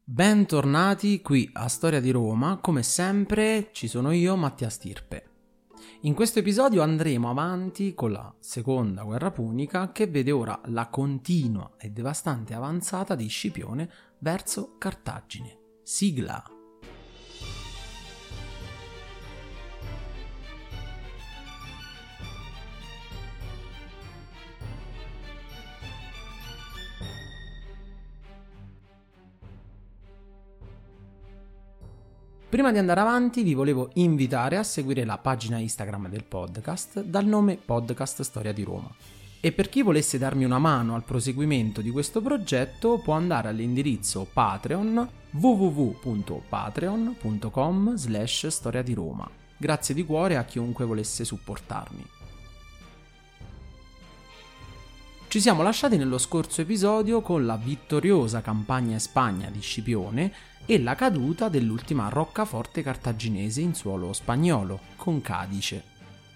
Bentornati qui a Storia di Roma, come sempre ci sono io, Mattia Stirpe. In questo episodio andremo avanti con la seconda guerra punica che vede ora la continua e devastante avanzata di Scipione verso Cartagine. Sigla! Prima di andare avanti vi volevo invitare a seguire la pagina Instagram del podcast dal nome Podcast Storia di Roma. E per chi volesse darmi una mano al proseguimento di questo progetto può andare all'indirizzo Patreon www.patreon.com/storia di Roma. Grazie di cuore a chiunque volesse supportarmi. Ci siamo lasciati nello scorso episodio con la vittoriosa campagna in Spagna di Scipione e la caduta dell'ultima roccaforte cartaginese in suolo spagnolo, con Cadice.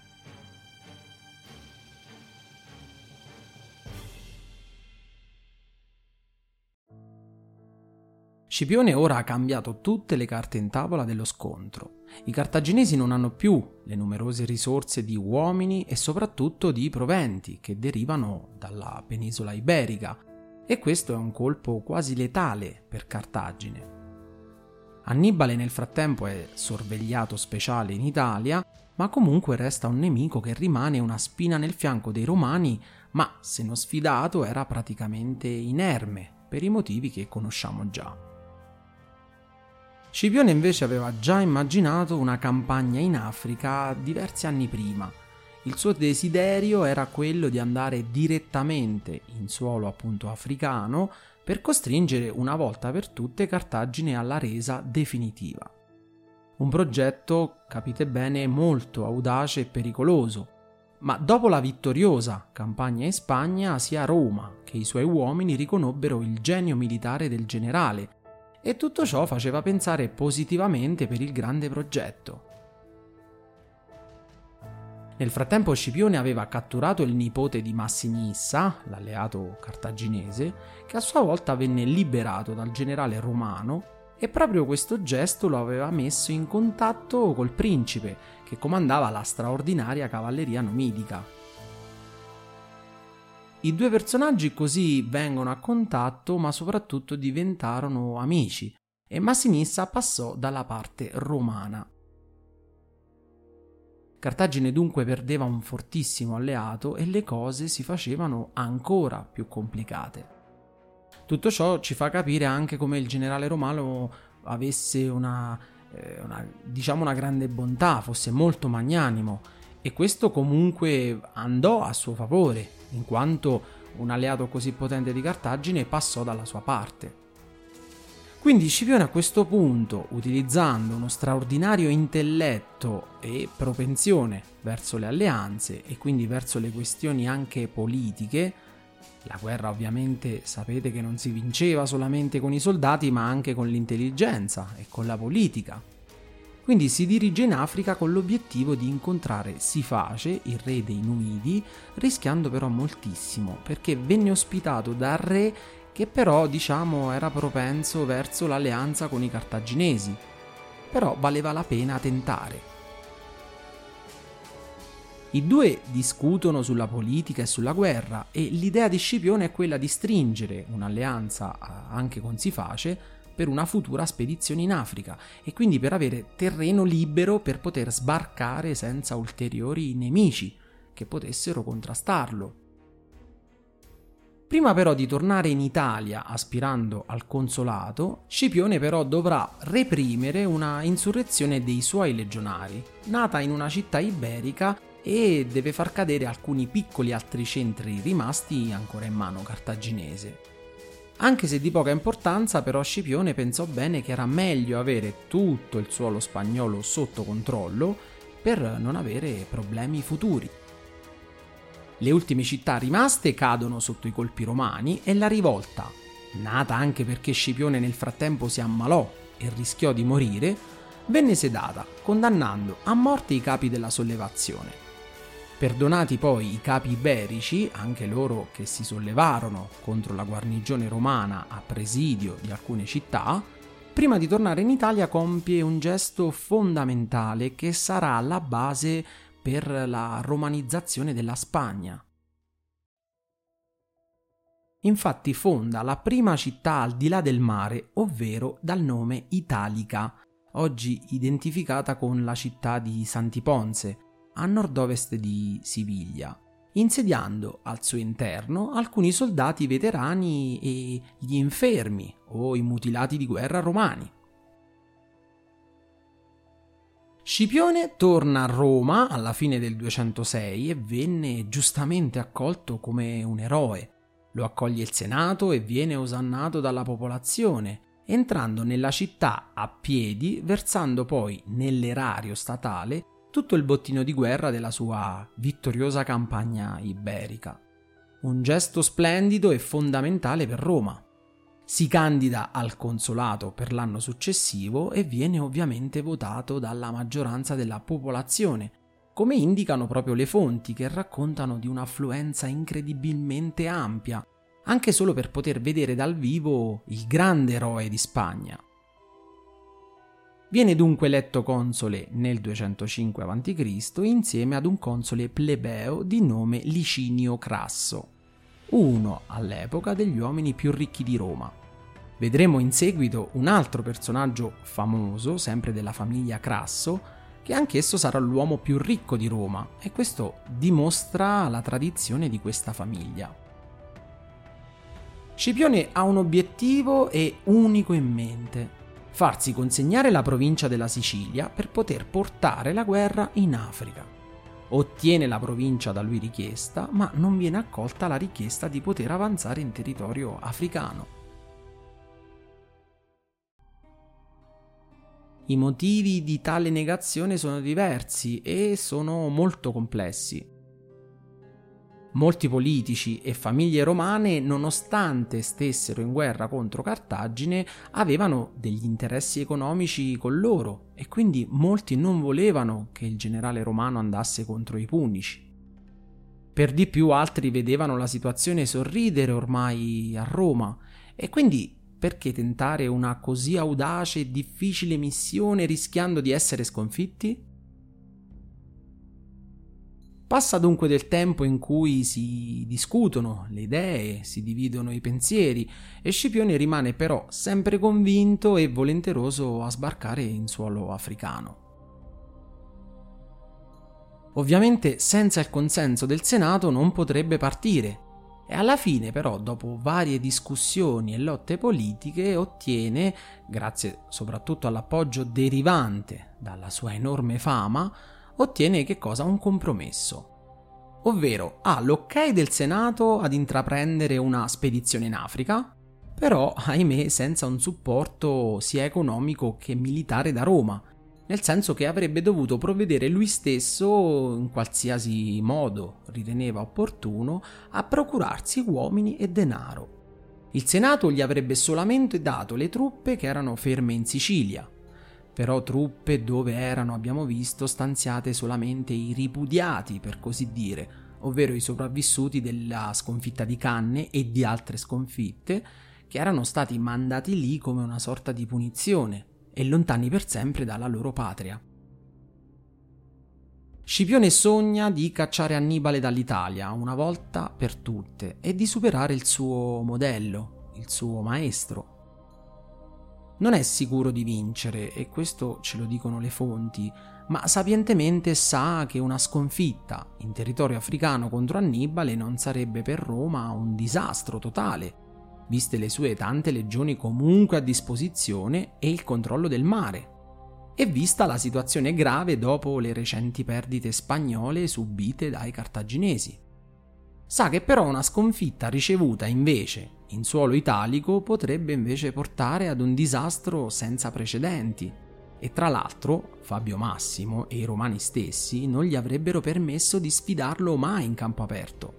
Scipione ora ha cambiato tutte le carte in tavola dello scontro. I cartaginesi non hanno più le numerose risorse di uomini e soprattutto di proventi che derivano dalla penisola iberica, e questo è un colpo quasi letale per Cartagine. Annibale nel frattempo è sorvegliato speciale in Italia, ma comunque resta un nemico che rimane una spina nel fianco dei Romani, ma se non sfidato era praticamente inerme per i motivi che conosciamo già. Scipione invece aveva già immaginato una campagna in Africa diversi anni prima. Il suo desiderio era quello di andare direttamente in suolo appunto africano per costringere una volta per tutte Cartagine alla resa definitiva. Un progetto, capite bene, molto audace e pericoloso, ma dopo la vittoriosa campagna in Spagna sia Roma che i suoi uomini riconobbero il genio militare del generale, e tutto ciò faceva pensare positivamente per il grande progetto. Nel frattempo Scipione aveva catturato il nipote di Massinissa, l'alleato cartaginese, che a sua volta venne liberato dal generale romano, e proprio questo gesto lo aveva messo in contatto col principe, che comandava la straordinaria cavalleria numidica. I due personaggi così vengono a contatto, ma soprattutto diventarono amici, e Massinissa passò dalla parte romana. Cartagine dunque perdeva un fortissimo alleato e le cose si facevano ancora più complicate. Tutto ciò ci fa capire anche come il generale romano avesse una grande bontà, fosse molto magnanimo, e questo comunque andò a suo favore, in quanto un alleato così potente di Cartagine passò dalla sua parte. Quindi Scipione a questo punto, utilizzando uno straordinario intelletto e propensione verso le alleanze e quindi verso le questioni anche politiche, la guerra ovviamente sapete che non si vinceva solamente con i soldati ma anche con l'intelligenza e con la politica. Quindi si dirige in Africa con l'obiettivo di incontrare Siface, il re dei Numidi, rischiando però moltissimo, perché venne ospitato dal re che però, era propenso verso l'alleanza con i cartaginesi. Però valeva la pena tentare. I due discutono sulla politica e sulla guerra, e l'idea di Scipione è quella di stringere un'alleanza anche con Siface per una futura spedizione in Africa e quindi per avere terreno libero per poter sbarcare senza ulteriori nemici che potessero contrastarlo. Prima però di tornare in Italia aspirando al consolato, Scipione però dovrà reprimere una insurrezione dei suoi legionari, nata in una città iberica, e deve far cadere alcuni piccoli altri centri rimasti ancora in mano cartaginese. Anche se di poca importanza, però Scipione pensò bene che era meglio avere tutto il suolo spagnolo sotto controllo per non avere problemi futuri. Le ultime città rimaste cadono sotto i colpi romani e la rivolta, nata anche perché Scipione nel frattempo si ammalò e rischiò di morire, venne sedata, condannando a morte i capi della sollevazione. Perdonati poi i capi iberici, anche loro che si sollevarono contro la guarnigione romana a presidio di alcune città, prima di tornare in Italia compie un gesto fondamentale che sarà la base per la romanizzazione della Spagna. Infatti fonda la prima città al di là del mare, ovvero dal nome Italica, oggi identificata con la città di Santiponce, a nord-ovest di Siviglia, insediando al suo interno alcuni soldati veterani e gli infermi o i mutilati di guerra romani. Scipione torna a Roma alla fine del 206 e venne giustamente accolto come un eroe. Lo accoglie il Senato e viene osannato dalla popolazione, entrando nella città a piedi, versando poi nell'erario statale tutto il bottino di guerra della sua vittoriosa campagna iberica. Un gesto splendido e fondamentale per Roma. Si candida al consolato per l'anno successivo e viene ovviamente votato dalla maggioranza della popolazione, come indicano proprio le fonti che raccontano di un'affluenza incredibilmente ampia, anche solo per poter vedere dal vivo il grande eroe di Spagna. Viene dunque eletto console nel 205 a.C. insieme ad un console plebeo di nome Licinio Crasso, uno all'epoca degli uomini più ricchi di Roma. Vedremo in seguito un altro personaggio famoso, sempre della famiglia Crasso, che anch'esso sarà l'uomo più ricco di Roma, e questo dimostra la tradizione di questa famiglia. Scipione ha un obiettivo e unico in mente: farsi consegnare la provincia della Sicilia per poter portare la guerra in Africa. Ottiene la provincia da lui richiesta, ma non viene accolta la richiesta di poter avanzare in territorio africano. I motivi di tale negazione sono diversi e sono molto complessi. Molti politici e famiglie romane, nonostante stessero in guerra contro Cartagine, avevano degli interessi economici con loro e quindi molti non volevano che il generale romano andasse contro i punici. Per di più altri vedevano la situazione sorridere ormai a Roma e quindi perché tentare una così audace e difficile missione rischiando di essere sconfitti? Passa dunque del tempo in cui si discutono le idee, si dividono i pensieri e Scipione rimane però sempre convinto e volenteroso a sbarcare in suolo africano. Ovviamente senza il consenso del Senato non potrebbe partire e alla fine però, dopo varie discussioni e lotte politiche, ottiene, grazie soprattutto all'appoggio derivante dalla sua enorme fama, ottiene che cosa? Un compromesso, ovvero ha l'ok del Senato ad intraprendere una spedizione in Africa, però ahimè senza un supporto sia economico che militare da Roma, nel senso che avrebbe dovuto provvedere lui stesso in qualsiasi modo riteneva opportuno a procurarsi uomini e denaro. Il Senato gli avrebbe solamente dato le truppe che erano ferme in Sicilia, però truppe dove erano, abbiamo visto, stanziate solamente i ripudiati, per così dire, ovvero i sopravvissuti della sconfitta di Canne e di altre sconfitte, che erano stati mandati lì come una sorta di punizione e lontani per sempre dalla loro patria. Scipione sogna di cacciare Annibale dall'Italia una volta per tutte e di superare il suo modello, il suo maestro. Non è sicuro di vincere, e questo ce lo dicono le fonti, ma sapientemente sa che una sconfitta in territorio africano contro Annibale non sarebbe per Roma un disastro totale, viste le sue tante legioni comunque a disposizione e il controllo del mare, e vista la situazione grave dopo le recenti perdite spagnole subite dai cartaginesi. Sa che però una sconfitta ricevuta invece in suolo italico potrebbe invece portare ad un disastro senza precedenti e tra l'altro Fabio Massimo e i romani stessi non gli avrebbero permesso di sfidarlo mai in campo aperto.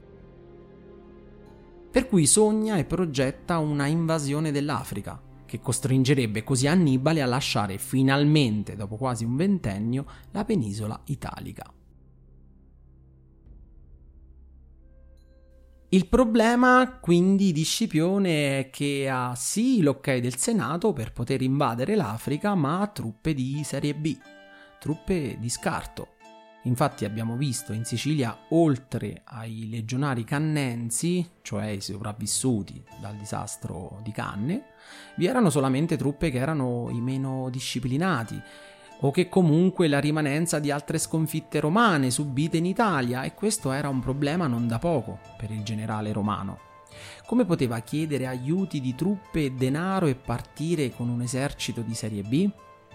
Per cui sogna e progetta una invasione dell'Africa che costringerebbe così Annibale a lasciare finalmente, dopo quasi un ventennio, la penisola italica. Il problema quindi di Scipione è che ha sì l'ok del Senato per poter invadere l'Africa, ma ha truppe di serie B, truppe di scarto. Infatti abbiamo visto in Sicilia, oltre ai legionari cannensi, cioè i sopravvissuti dal disastro di Canne, vi erano solamente truppe che erano i meno disciplinati, o che comunque la rimanenza di altre sconfitte romane subite in Italia, e questo era un problema non da poco per il generale romano. Come poteva chiedere aiuti di truppe e denaro e partire con un esercito di serie B?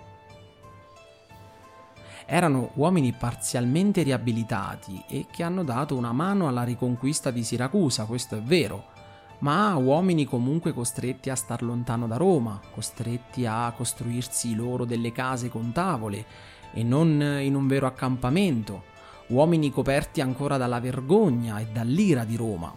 Erano uomini parzialmente riabilitati e che hanno dato una mano alla riconquista di Siracusa, questo è vero, ma uomini comunque costretti a star lontano da Roma, costretti a costruirsi loro delle case con tavole e non in un vero accampamento, uomini coperti ancora dalla vergogna e dall'ira di Roma.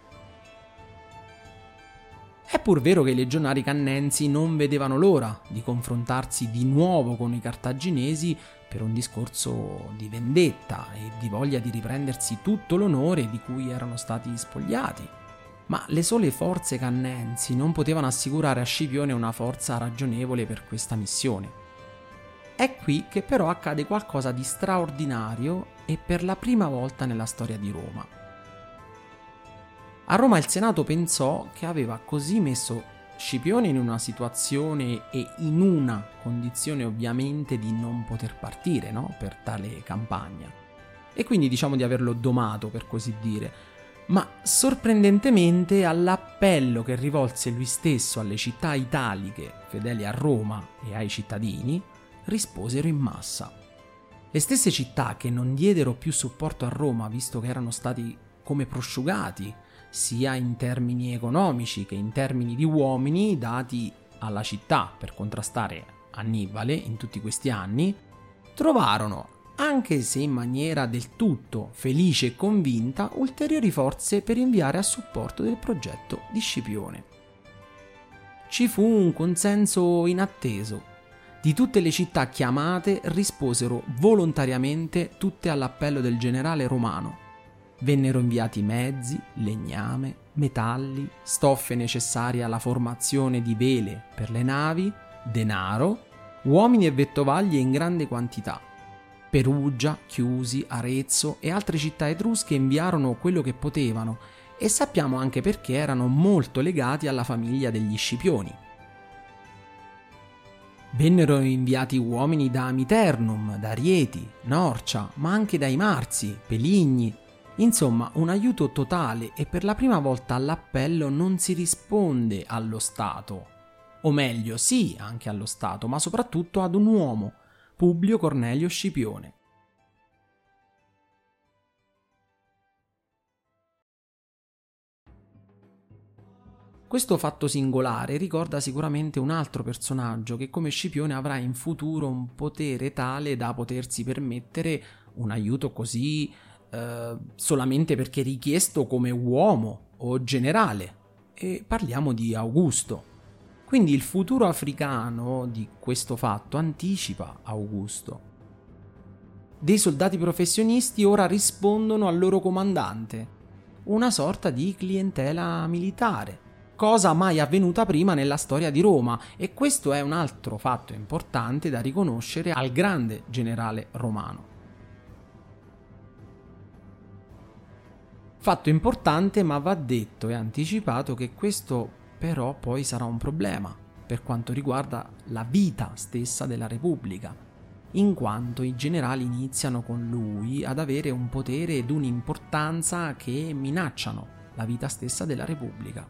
È pur vero che i legionari cannensi non vedevano l'ora di confrontarsi di nuovo con i cartaginesi per un discorso di vendetta e di voglia di riprendersi tutto l'onore di cui erano stati spogliati. Ma le sole forze cannensi non potevano assicurare a Scipione una forza ragionevole per questa missione. È qui che però accade qualcosa di straordinario e per la prima volta nella storia di Roma. A Roma il Senato pensò che aveva così messo Scipione in una situazione e in una condizione ovviamente di non poter partire, no? Per tale campagna. E quindi diciamo di averlo domato, per così dire. Ma sorprendentemente all'appello che rivolse lui stesso alle città italiche fedeli a Roma e ai cittadini, risposero in massa. Le stesse città che non diedero più supporto a Roma, visto che erano stati come prosciugati, sia in termini economici che in termini di uomini dati alla città per contrastare Annibale in tutti questi anni, trovarono, anche se in maniera del tutto felice e convinta, ulteriori forze per inviare a supporto del progetto di Scipione. Ci fu un consenso inatteso. Di tutte le città chiamate risposero volontariamente tutte all'appello del generale romano. Vennero inviati mezzi, legname, metalli, stoffe necessarie alla formazione di vele per le navi, denaro, uomini e vettovaglie in grande quantità. Perugia, Chiusi, Arezzo e altre città etrusche inviarono quello che potevano e sappiamo anche perché erano molto legati alla famiglia degli Scipioni. Vennero inviati uomini da Amiternum, da Rieti, Norcia, ma anche dai Marsi, Peligni. Insomma, un aiuto totale e per la prima volta all'appello non si risponde allo Stato. O meglio, sì, anche allo Stato, ma soprattutto ad un uomo, Publio Cornelio Scipione. Questo fatto singolare ricorda sicuramente un altro personaggio che come Scipione avrà in futuro un potere tale da potersi permettere un aiuto così solamente perché richiesto come uomo o generale, e parliamo di Augusto. Quindi il futuro africano di questo fatto anticipa Augusto. Dei soldati professionisti ora rispondono al loro comandante, una sorta di clientela militare, cosa mai avvenuta prima nella storia di Roma, e questo è un altro fatto importante da riconoscere al grande generale romano. Fatto importante, ma va detto e anticipato che questo però poi sarà un problema per quanto riguarda la vita stessa della Repubblica, in quanto i generali iniziano con lui ad avere un potere ed un'importanza che minacciano la vita stessa della Repubblica.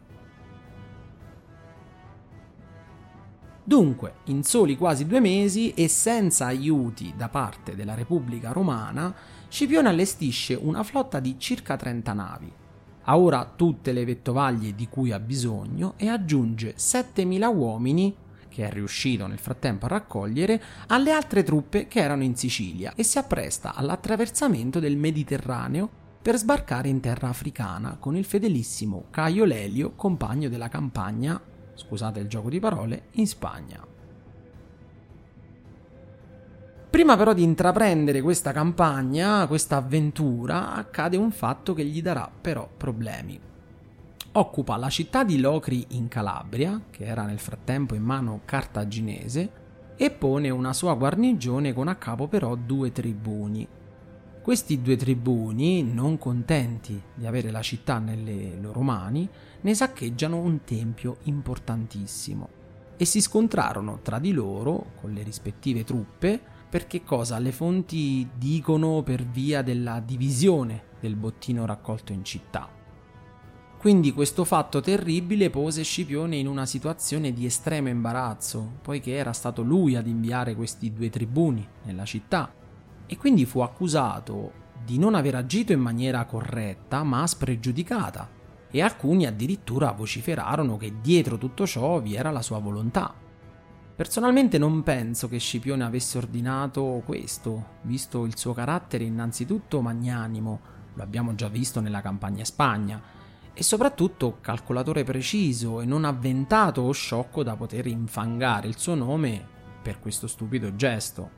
Dunque, in soli quasi 2 mesi e senza aiuti da parte della Repubblica Romana, Scipione allestisce una flotta di circa 30 navi, ha ora tutte le vettovaglie di cui ha bisogno e aggiunge 7.000 uomini, che è riuscito nel frattempo a raccogliere, alle altre truppe che erano in Sicilia e si appresta all'attraversamento del Mediterraneo per sbarcare in terra africana con il fedelissimo Caio Lelio, compagno della campagna, scusate il gioco di parole, in Spagna. Prima però di intraprendere questa campagna, questa avventura, accade un fatto che gli darà però problemi. occupa la città di Locri in Calabria, che era nel frattempo in mano cartaginese, e pone una sua guarnigione con a capo però 2 tribuni. Questi 2 tribuni, non contenti di avere la città nelle loro mani, ne saccheggiano un tempio importantissimo e si scontrarono tra di loro con le rispettive truppe perché cosa le fonti dicono per via della divisione del bottino raccolto in città. Quindi questo fatto terribile pose Scipione in una situazione di estremo imbarazzo, poiché era stato lui ad inviare questi 2 tribuni nella città e quindi fu accusato di non aver agito in maniera corretta ma spregiudicata, e alcuni addirittura vociferarono che dietro tutto ciò vi era la sua volontà. Personalmente non penso che Scipione avesse ordinato questo, visto il suo carattere innanzitutto magnanimo, lo abbiamo già visto nella campagna in Spagna, e soprattutto calcolatore preciso e non avventato o sciocco da poter infangare il suo nome per questo stupido gesto.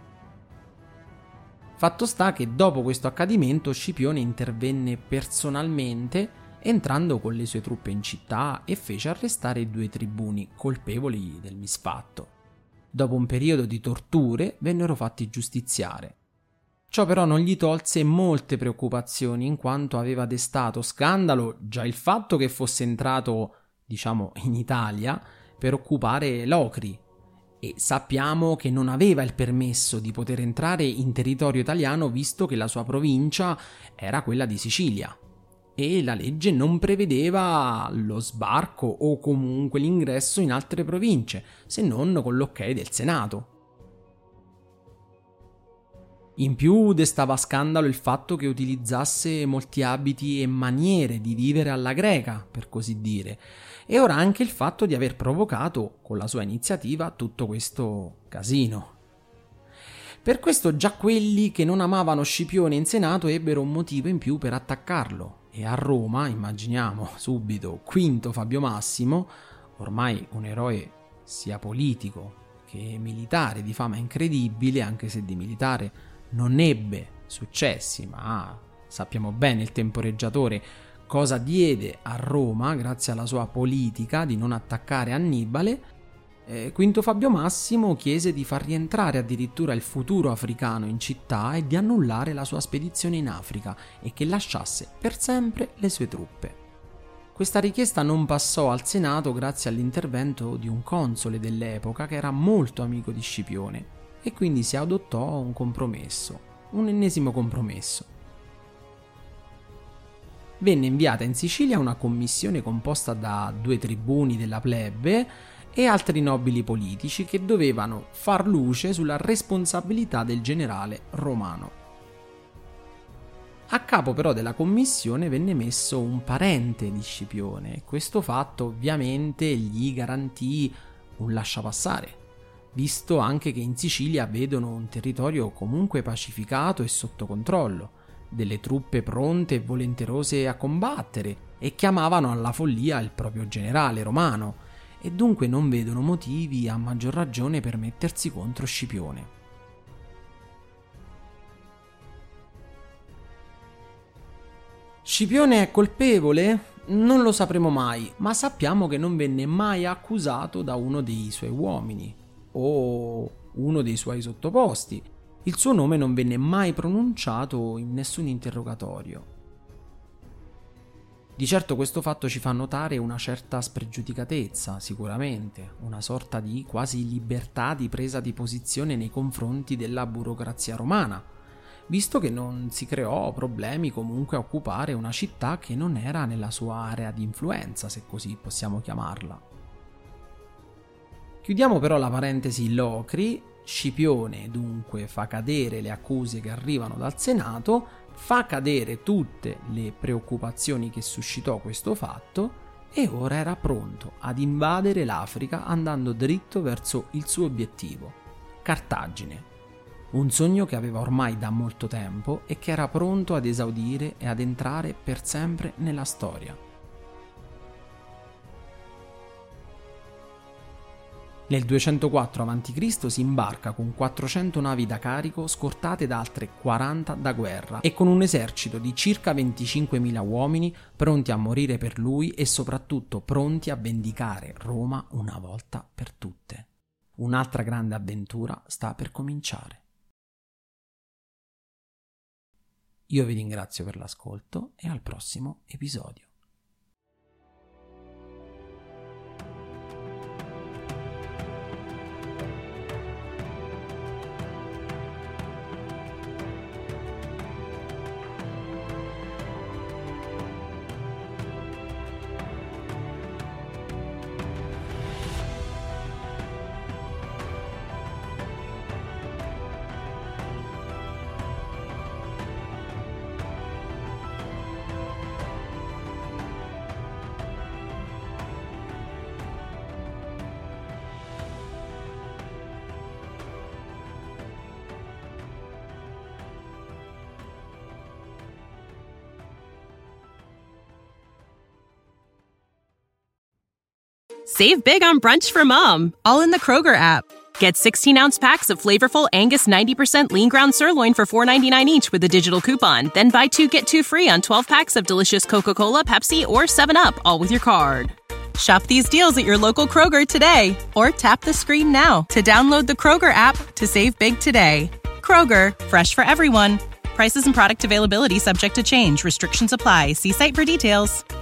Fatto sta che dopo questo accadimento Scipione intervenne personalmente entrando con le sue truppe in città e fece arrestare i 2 tribuni colpevoli del misfatto. Dopo un periodo di torture vennero fatti giustiziare. Ciò però non gli tolse molte preoccupazioni in quanto aveva destato scandalo già il fatto che fosse entrato, in Italia per occupare Locri, e sappiamo che non aveva il permesso di poter entrare in territorio italiano visto che la sua provincia era quella di Sicilia e la legge non prevedeva lo sbarco o comunque l'ingresso in altre province se non con l'ok del Senato. In più destava scandalo il fatto che utilizzasse molti abiti e maniere di vivere alla greca, per così dire, e ora anche il fatto di aver provocato, con la sua iniziativa, tutto questo casino. Per questo già quelli che non amavano Scipione in Senato ebbero un motivo in più per attaccarlo, e a Roma, immaginiamo subito, Quinto Fabio Massimo, ormai un eroe sia politico che militare di fama incredibile, anche se di militare non ebbe successi, ma sappiamo bene il temporeggiatore cosa diede a Roma grazie alla sua politica di non attaccare Annibale. Quinto Fabio Massimo chiese di far rientrare addirittura il futuro africano in città e di annullare la sua spedizione in Africa e che lasciasse per sempre le sue truppe. Questa richiesta non passò al Senato grazie all'intervento di un console dell'epoca che era molto amico di Scipione, e quindi si adottò un compromesso, un ennesimo compromesso. Venne inviata in Sicilia una commissione composta da 2 tribuni della plebe e altri nobili politici che dovevano far luce sulla responsabilità del generale romano. A capo però della commissione venne messo un parente di Scipione e questo fatto ovviamente gli garantì un lasciapassare, visto anche che in Sicilia vedono un territorio comunque pacificato e sotto controllo, delle truppe pronte e volenterose a combattere e chiamavano alla follia il proprio generale romano e dunque non vedono motivi a maggior ragione per mettersi contro Scipione. Scipione è colpevole? Non lo sapremo mai, ma sappiamo che non venne mai accusato da uno dei suoi uomini o uno dei suoi sottoposti. Il suo nome non venne mai pronunciato in nessun interrogatorio. Di certo questo fatto ci fa notare una certa spregiudicatezza, sicuramente, una sorta di quasi libertà di presa di posizione nei confronti della burocrazia romana, visto che non si creò problemi comunque a occupare una città che non era nella sua area di influenza, se così possiamo chiamarla. Chiudiamo però la parentesi Locri. Scipione dunque fa cadere le accuse che arrivano dal Senato, fa cadere tutte le preoccupazioni che suscitò questo fatto e ora era pronto ad invadere l'Africa andando dritto verso il suo obiettivo, Cartagine. Un sogno che aveva ormai da molto tempo e che era pronto ad esaudire e ad entrare per sempre nella storia. Nel 204 a.C. si imbarca con 400 navi da carico scortate da altre 40 da guerra e con un esercito di circa 25.000 uomini pronti a morire per lui e soprattutto pronti a vendicare Roma una volta per tutte. Un'altra grande avventura sta per cominciare. Io vi ringrazio per l'ascolto e al prossimo episodio. Save big on brunch for mom, all in the Kroger app. Get 16-ounce packs of flavorful Angus 90% lean ground sirloin for $4.99 each with a digital coupon. Then buy 2, get 2 free on 12 packs of delicious Coca-Cola, Pepsi, or 7-Up, all with your card. Shop these deals at your local Kroger today, or tap the screen now to download the Kroger app to save big today. Kroger, fresh for everyone. Prices and product availability subject to change. Restrictions apply. See site for details.